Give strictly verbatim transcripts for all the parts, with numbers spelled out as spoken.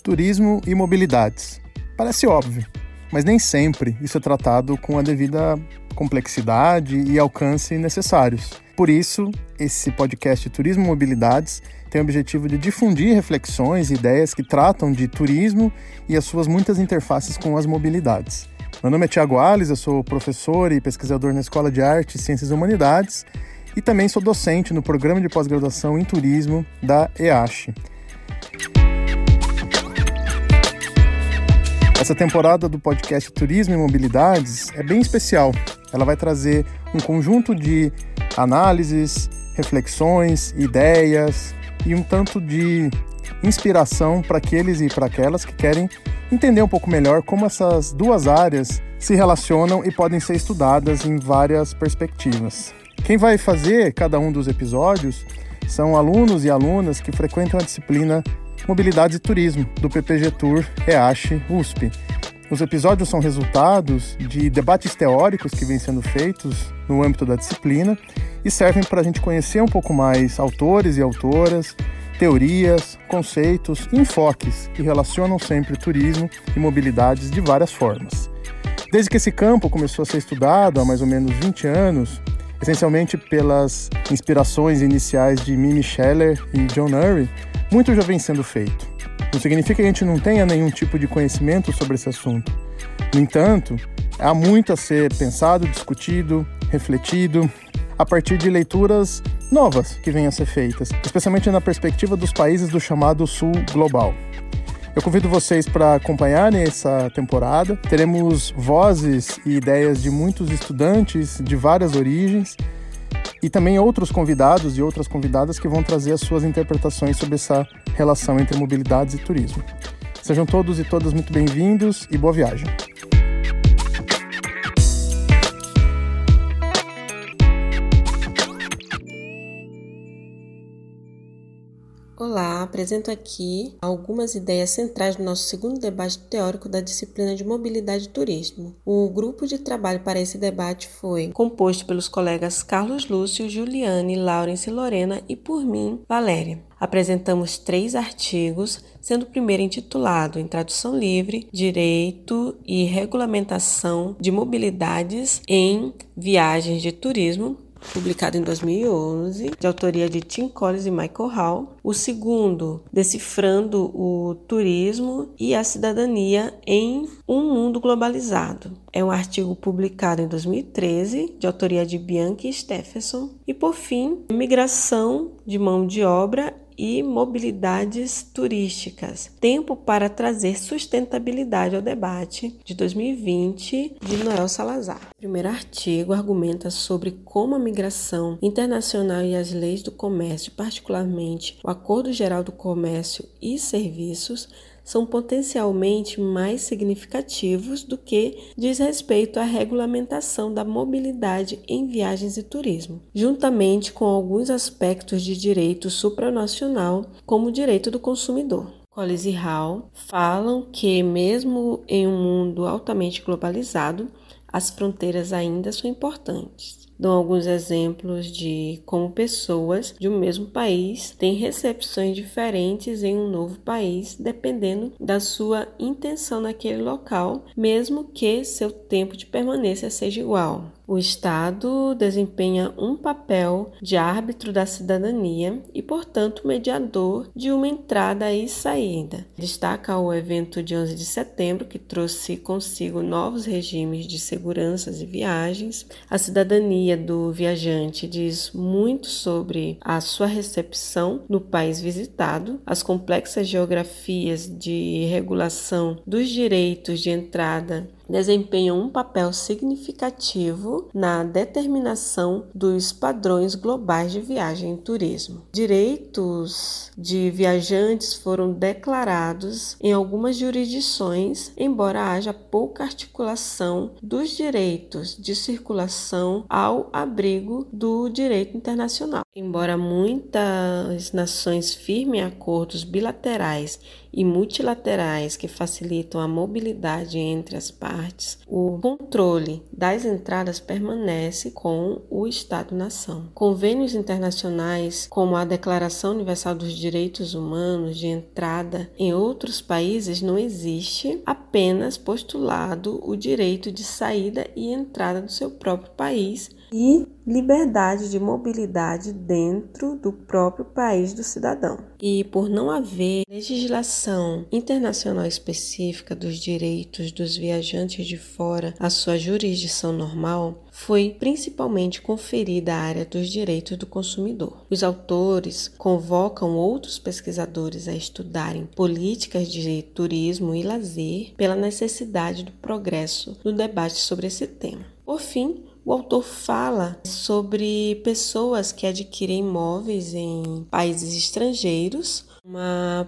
Turismo e mobilidades. Parece óbvio, mas nem sempre isso é tratado com a devida complexidade e alcance necessários. Por isso, esse podcast Turismo e Mobilidades tem o objetivo de difundir reflexões e ideias que tratam de turismo e as suas muitas interfaces com as mobilidades. Meu nome é Thiago Alves, eu sou professor e pesquisador na Escola de Arte e Ciências e Humanidades e também sou docente no Programa de Pós-Graduação em Turismo da E A C H. Essa temporada do podcast Turismo e Mobilidades é bem especial. Ela vai trazer um conjunto de análises, reflexões, ideias e um tanto de inspiração para aqueles e para aquelas que querem entender um pouco melhor como essas duas áreas se relacionam e podem ser estudadas em várias perspectivas. Quem vai fazer cada um dos episódios são alunos e alunas que frequentam a disciplina Mobilidades e Turismo, do P P G Tour E A C H U S P. Os episódios são resultados de debates teóricos que vêm sendo feitos no âmbito da disciplina e servem para a gente conhecer um pouco mais autores e autoras, teorias, conceitos e enfoques que relacionam sempre turismo e mobilidades de várias formas. Desde que esse campo começou a ser estudado há mais ou menos vinte anos, essencialmente pelas inspirações iniciais de Mimi Scheller e John Urry, muito já vem sendo feito. Não significa que a gente não tenha nenhum tipo de conhecimento sobre esse assunto. No entanto, há muito a ser pensado, discutido, refletido, a partir de leituras novas que venham a ser feitas, especialmente na perspectiva dos países do chamado Sul Global. Eu convido vocês para acompanharem essa temporada. Teremos vozes e ideias de muitos estudantes de várias origens e também outros convidados e outras convidadas que vão trazer as suas interpretações sobre essa relação entre mobilidades e turismo. Sejam todos e todas muito bem-vindos e boa viagem! Olá, apresento aqui algumas ideias centrais do nosso segundo debate teórico da disciplina de Mobilidade e Turismo. O grupo de trabalho para esse debate foi composto pelos colegas Carlos Lúcio, Juliane, Laurence, Lorena e por mim, Valéria. Apresentamos três artigos, sendo o primeiro intitulado em tradução livre, Direito e Regulamentação de Mobilidades em Viagens de Turismo, publicado em dois mil e onze, de autoria de Tim Collins e Michael Hall. O segundo, Decifrando o Turismo e a Cidadania em um Mundo Globalizado. É um artigo publicado em dois mil e treze, de autoria de Bianchi e Stephenson. E, por fim, Migração de Mão de Obra e Mobilidades Turísticas, Tempo para Trazer Sustentabilidade ao Debate, de dois mil e vinte, de Noel Salazar. O primeiro artigo argumenta sobre como a migração internacional e as leis do comércio, particularmente o Acordo Geral do Comércio e Serviços, são potencialmente mais significativos do que diz respeito à regulamentação da mobilidade em viagens e turismo, juntamente com alguns aspectos de direito supranacional, como o direito do consumidor. Collins e Hall falam que, mesmo em um mundo altamente globalizado, as fronteiras ainda são importantes. Dão alguns exemplos de como pessoas de um mesmo país têm recepções diferentes em um novo país, dependendo da sua intenção naquele local, mesmo que seu tempo de permanência seja igual. O Estado desempenha um papel de árbitro da cidadania e, portanto, mediador de uma entrada e saída. Destaca o evento de onze de setembro, que trouxe consigo novos regimes de segurança e viagens. A cidadania do viajante diz muito sobre a sua recepção no país visitado. As complexas geografias de regulação dos direitos de entrada desempenham um papel significativo na determinação dos padrões globais de viagem e turismo. Direitos de viajantes foram declarados em algumas jurisdições, embora haja pouca articulação dos direitos de circulação ao abrigo do direito internacional. Embora muitas nações firmem acordos bilaterais e multilaterais que facilitam a mobilidade entre as partes, o controle das entradas permanece com o Estado-nação. Convênios internacionais, como a Declaração Universal dos Direitos Humanos de entrada em outros países, não existe, apenas postulado o direito de saída e entrada do seu próprio país e liberdade de mobilidade dentro do próprio país do cidadão. E por não haver legislação internacional específica dos direitos dos viajantes de fora à sua jurisdição normal, foi principalmente conferida a área dos direitos do consumidor. Os autores convocam outros pesquisadores a estudarem políticas de turismo e lazer pela necessidade do progresso no debate sobre esse tema. Por fim, o autor fala sobre pessoas que adquirem imóveis em países estrangeiros, uma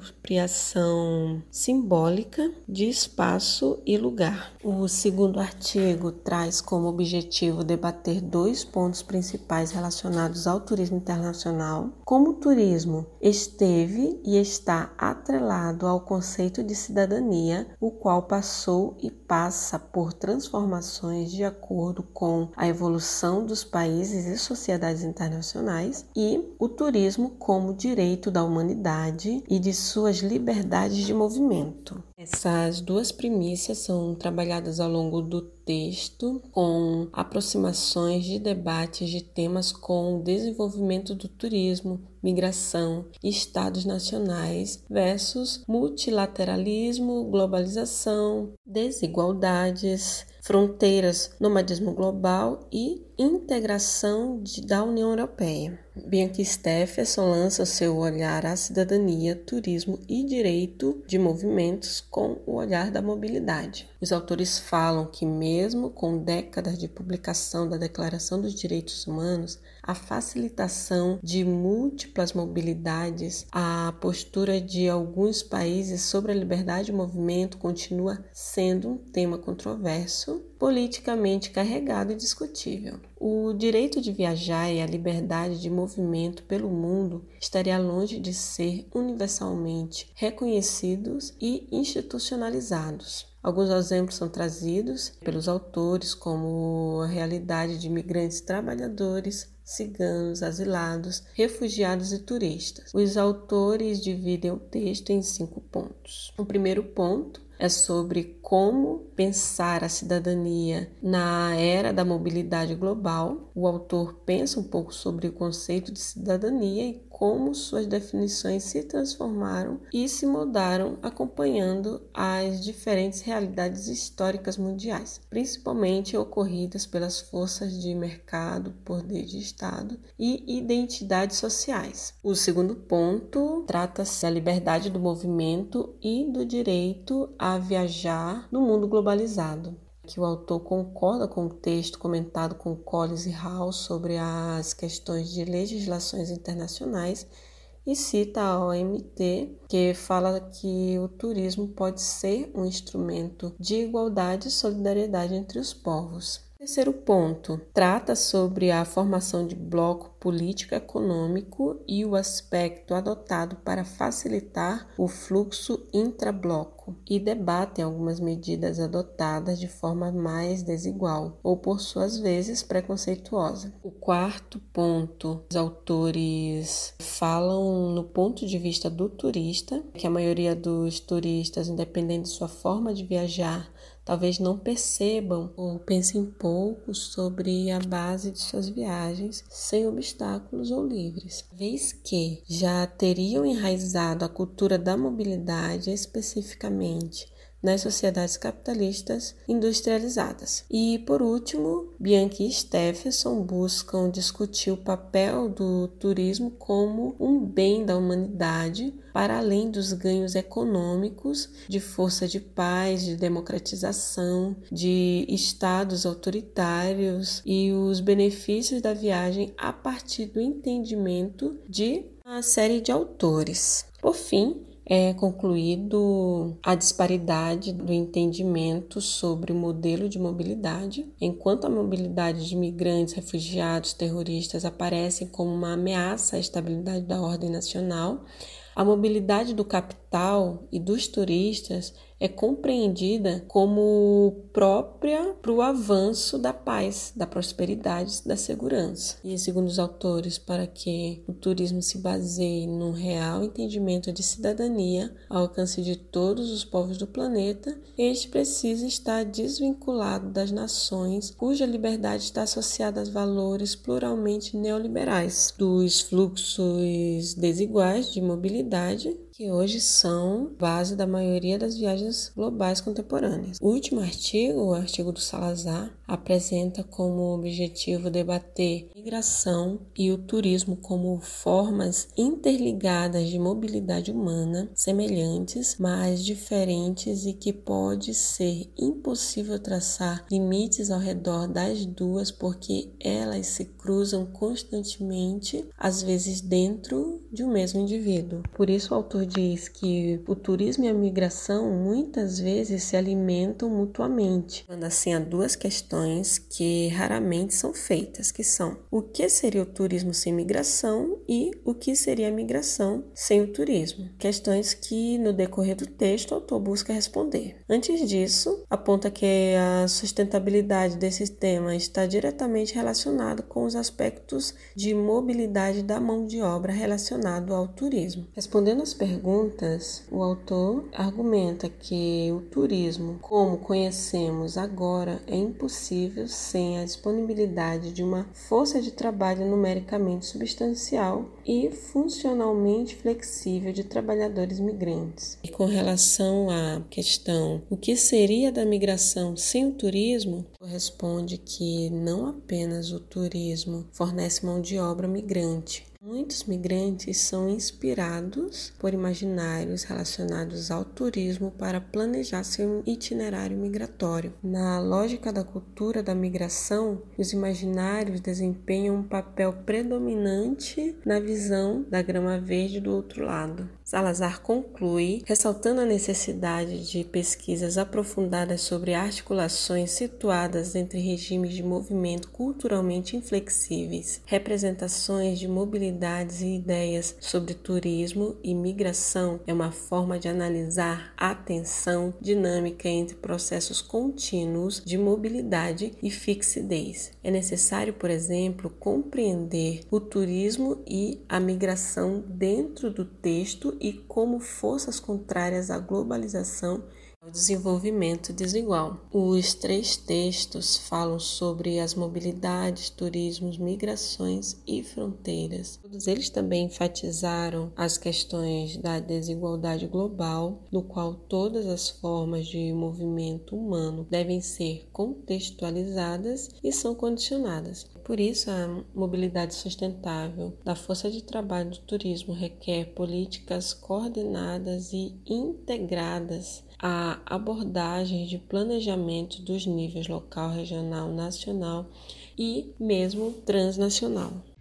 apropriação simbólica de espaço e lugar. O segundo artigo traz como objetivo debater dois pontos principais relacionados ao turismo internacional. Como o turismo esteve e está atrelado ao conceito de cidadania, o qual passou e passa por transformações de acordo com a evolução dos países e sociedades internacionais, e o turismo como direito da humanidade e de suas liberdades de movimento. Essas duas premissas são trabalhadas ao longo do texto com aproximações de debates de temas como desenvolvimento do turismo, migração, estados nacionais versus multilateralismo, globalização, desigualdades, fronteiras, nomadismo global e integração de, da União Europeia. Bianca Stephenson lança seu olhar à cidadania, turismo e direito de movimentos com o olhar da mobilidade. Os autores falam que mesmo com décadas de publicação da Declaração dos Direitos Humanos, a facilitação de múltiplas mobilidades, a postura de alguns países sobre a liberdade de movimento continua sendo um tema controverso, politicamente carregado e discutível. O direito de viajar e a liberdade de movimento pelo mundo estaria longe de ser universalmente reconhecidos e institucionalizados. Alguns exemplos são trazidos pelos autores, como a realidade de imigrantes trabalhadores, ciganos, asilados, refugiados e turistas. Os autores dividem o texto em cinco pontos. O primeiro ponto é sobre como pensar a cidadania na era da mobilidade global. O autor pensa um pouco sobre o conceito de cidadania e como suas definições se transformaram e se moldaram acompanhando as diferentes realidades históricas mundiais, principalmente ocorridas pelas forças de mercado, poder de Estado e identidades sociais. O segundo ponto trata-se da liberdade do movimento e do direito a viajar no mundo globalizado. Que o autor concorda com o texto comentado com Collins e Hall sobre as questões de legislações internacionais e cita a O M T, que fala que o turismo pode ser um instrumento de igualdade e solidariedade entre os povos. Terceiro ponto, trata sobre a formação de bloco político-econômico e o aspecto adotado para facilitar o fluxo intrabloco e debate algumas medidas adotadas de forma mais desigual ou, por suas vezes, preconceituosa. O quarto ponto, os autores falam no ponto de vista do turista, que a maioria dos turistas, independente de sua forma de viajar, talvez não percebam ou pensem pouco sobre a base de suas viagens sem obstáculos ou livres, vez que já teriam enraizado a cultura da mobilidade especificamente nas sociedades capitalistas industrializadas. E, por último, Bianca e Stephenson buscam discutir o papel do turismo como um bem da humanidade, para além dos ganhos econômicos, de força de paz, de democratização, de estados autoritários e os benefícios da viagem a partir do entendimento de uma série de autores. Por fim, é concluído a disparidade do entendimento sobre o modelo de mobilidade. Enquanto a mobilidade de migrantes, refugiados, terroristas aparecem como uma ameaça à estabilidade da ordem nacional, a mobilidade do capital e dos turistas é compreendida como própria para o avanço da paz, da prosperidade e da segurança. E, segundo os autores, para que o turismo se baseie num real entendimento de cidadania ao alcance de todos os povos do planeta, este precisa estar desvinculado das nações cuja liberdade está associada aos valores pluralmente neoliberais, dos fluxos desiguais de mobilidade, que hoje são base da maioria das viagens globais contemporâneas. O último artigo, o artigo do Salazar, apresenta como objetivo debater a migração e o turismo como formas interligadas de mobilidade humana, semelhantes, mas diferentes, e que pode ser impossível traçar limites ao redor das duas porque elas se cruzam constantemente, às vezes dentro de um mesmo indivíduo. Por isso o autor diz que o turismo e a migração muitas vezes se alimentam mutuamente, quando assim há duas questões que raramente são feitas, que são: o que seria o turismo sem migração e o que seria a migração sem o turismo? Questões que no decorrer do texto o autor busca responder. Antes disso, aponta que a sustentabilidade desse tema está diretamente relacionada com os aspectos de mobilidade da mão de obra relacionado ao turismo. Respondendo às perguntas, o autor argumenta que o turismo, como conhecemos agora, é impossível sem a disponibilidade de uma força de trabalho numericamente substancial e funcionalmente flexível de trabalhadores migrantes. E com relação à questão o que seria da migração sem o turismo, responde que não apenas o turismo fornece mão de obra migrante. Muitos migrantes são inspirados por imaginários relacionados ao turismo para planejar seu itinerário migratório. Na lógica da cultura da migração, os imaginários desempenham um papel predominante na visão da grama verde do outro lado. Salazar conclui, ressaltando a necessidade de pesquisas aprofundadas sobre articulações situadas entre regimes de movimento culturalmente inflexíveis, representações de mobilidade e ideias sobre turismo e migração é uma forma de analisar a tensão dinâmica entre processos contínuos de mobilidade e fixidez. É necessário, por exemplo, compreender o turismo e a migração dentro do texto e como forças contrárias à globalização o desenvolvimento desigual. Os três textos falam sobre as mobilidades, turismos, migrações e fronteiras. Todos eles também enfatizaram as questões da desigualdade global, no qual todas as formas de movimento humano devem ser contextualizadas e são condicionadas. Por isso, a mobilidade sustentável da força de trabalho do turismo requer políticas coordenadas e integradas a abordagens de planejamento dos níveis local, regional, nacional e mesmo transnacional.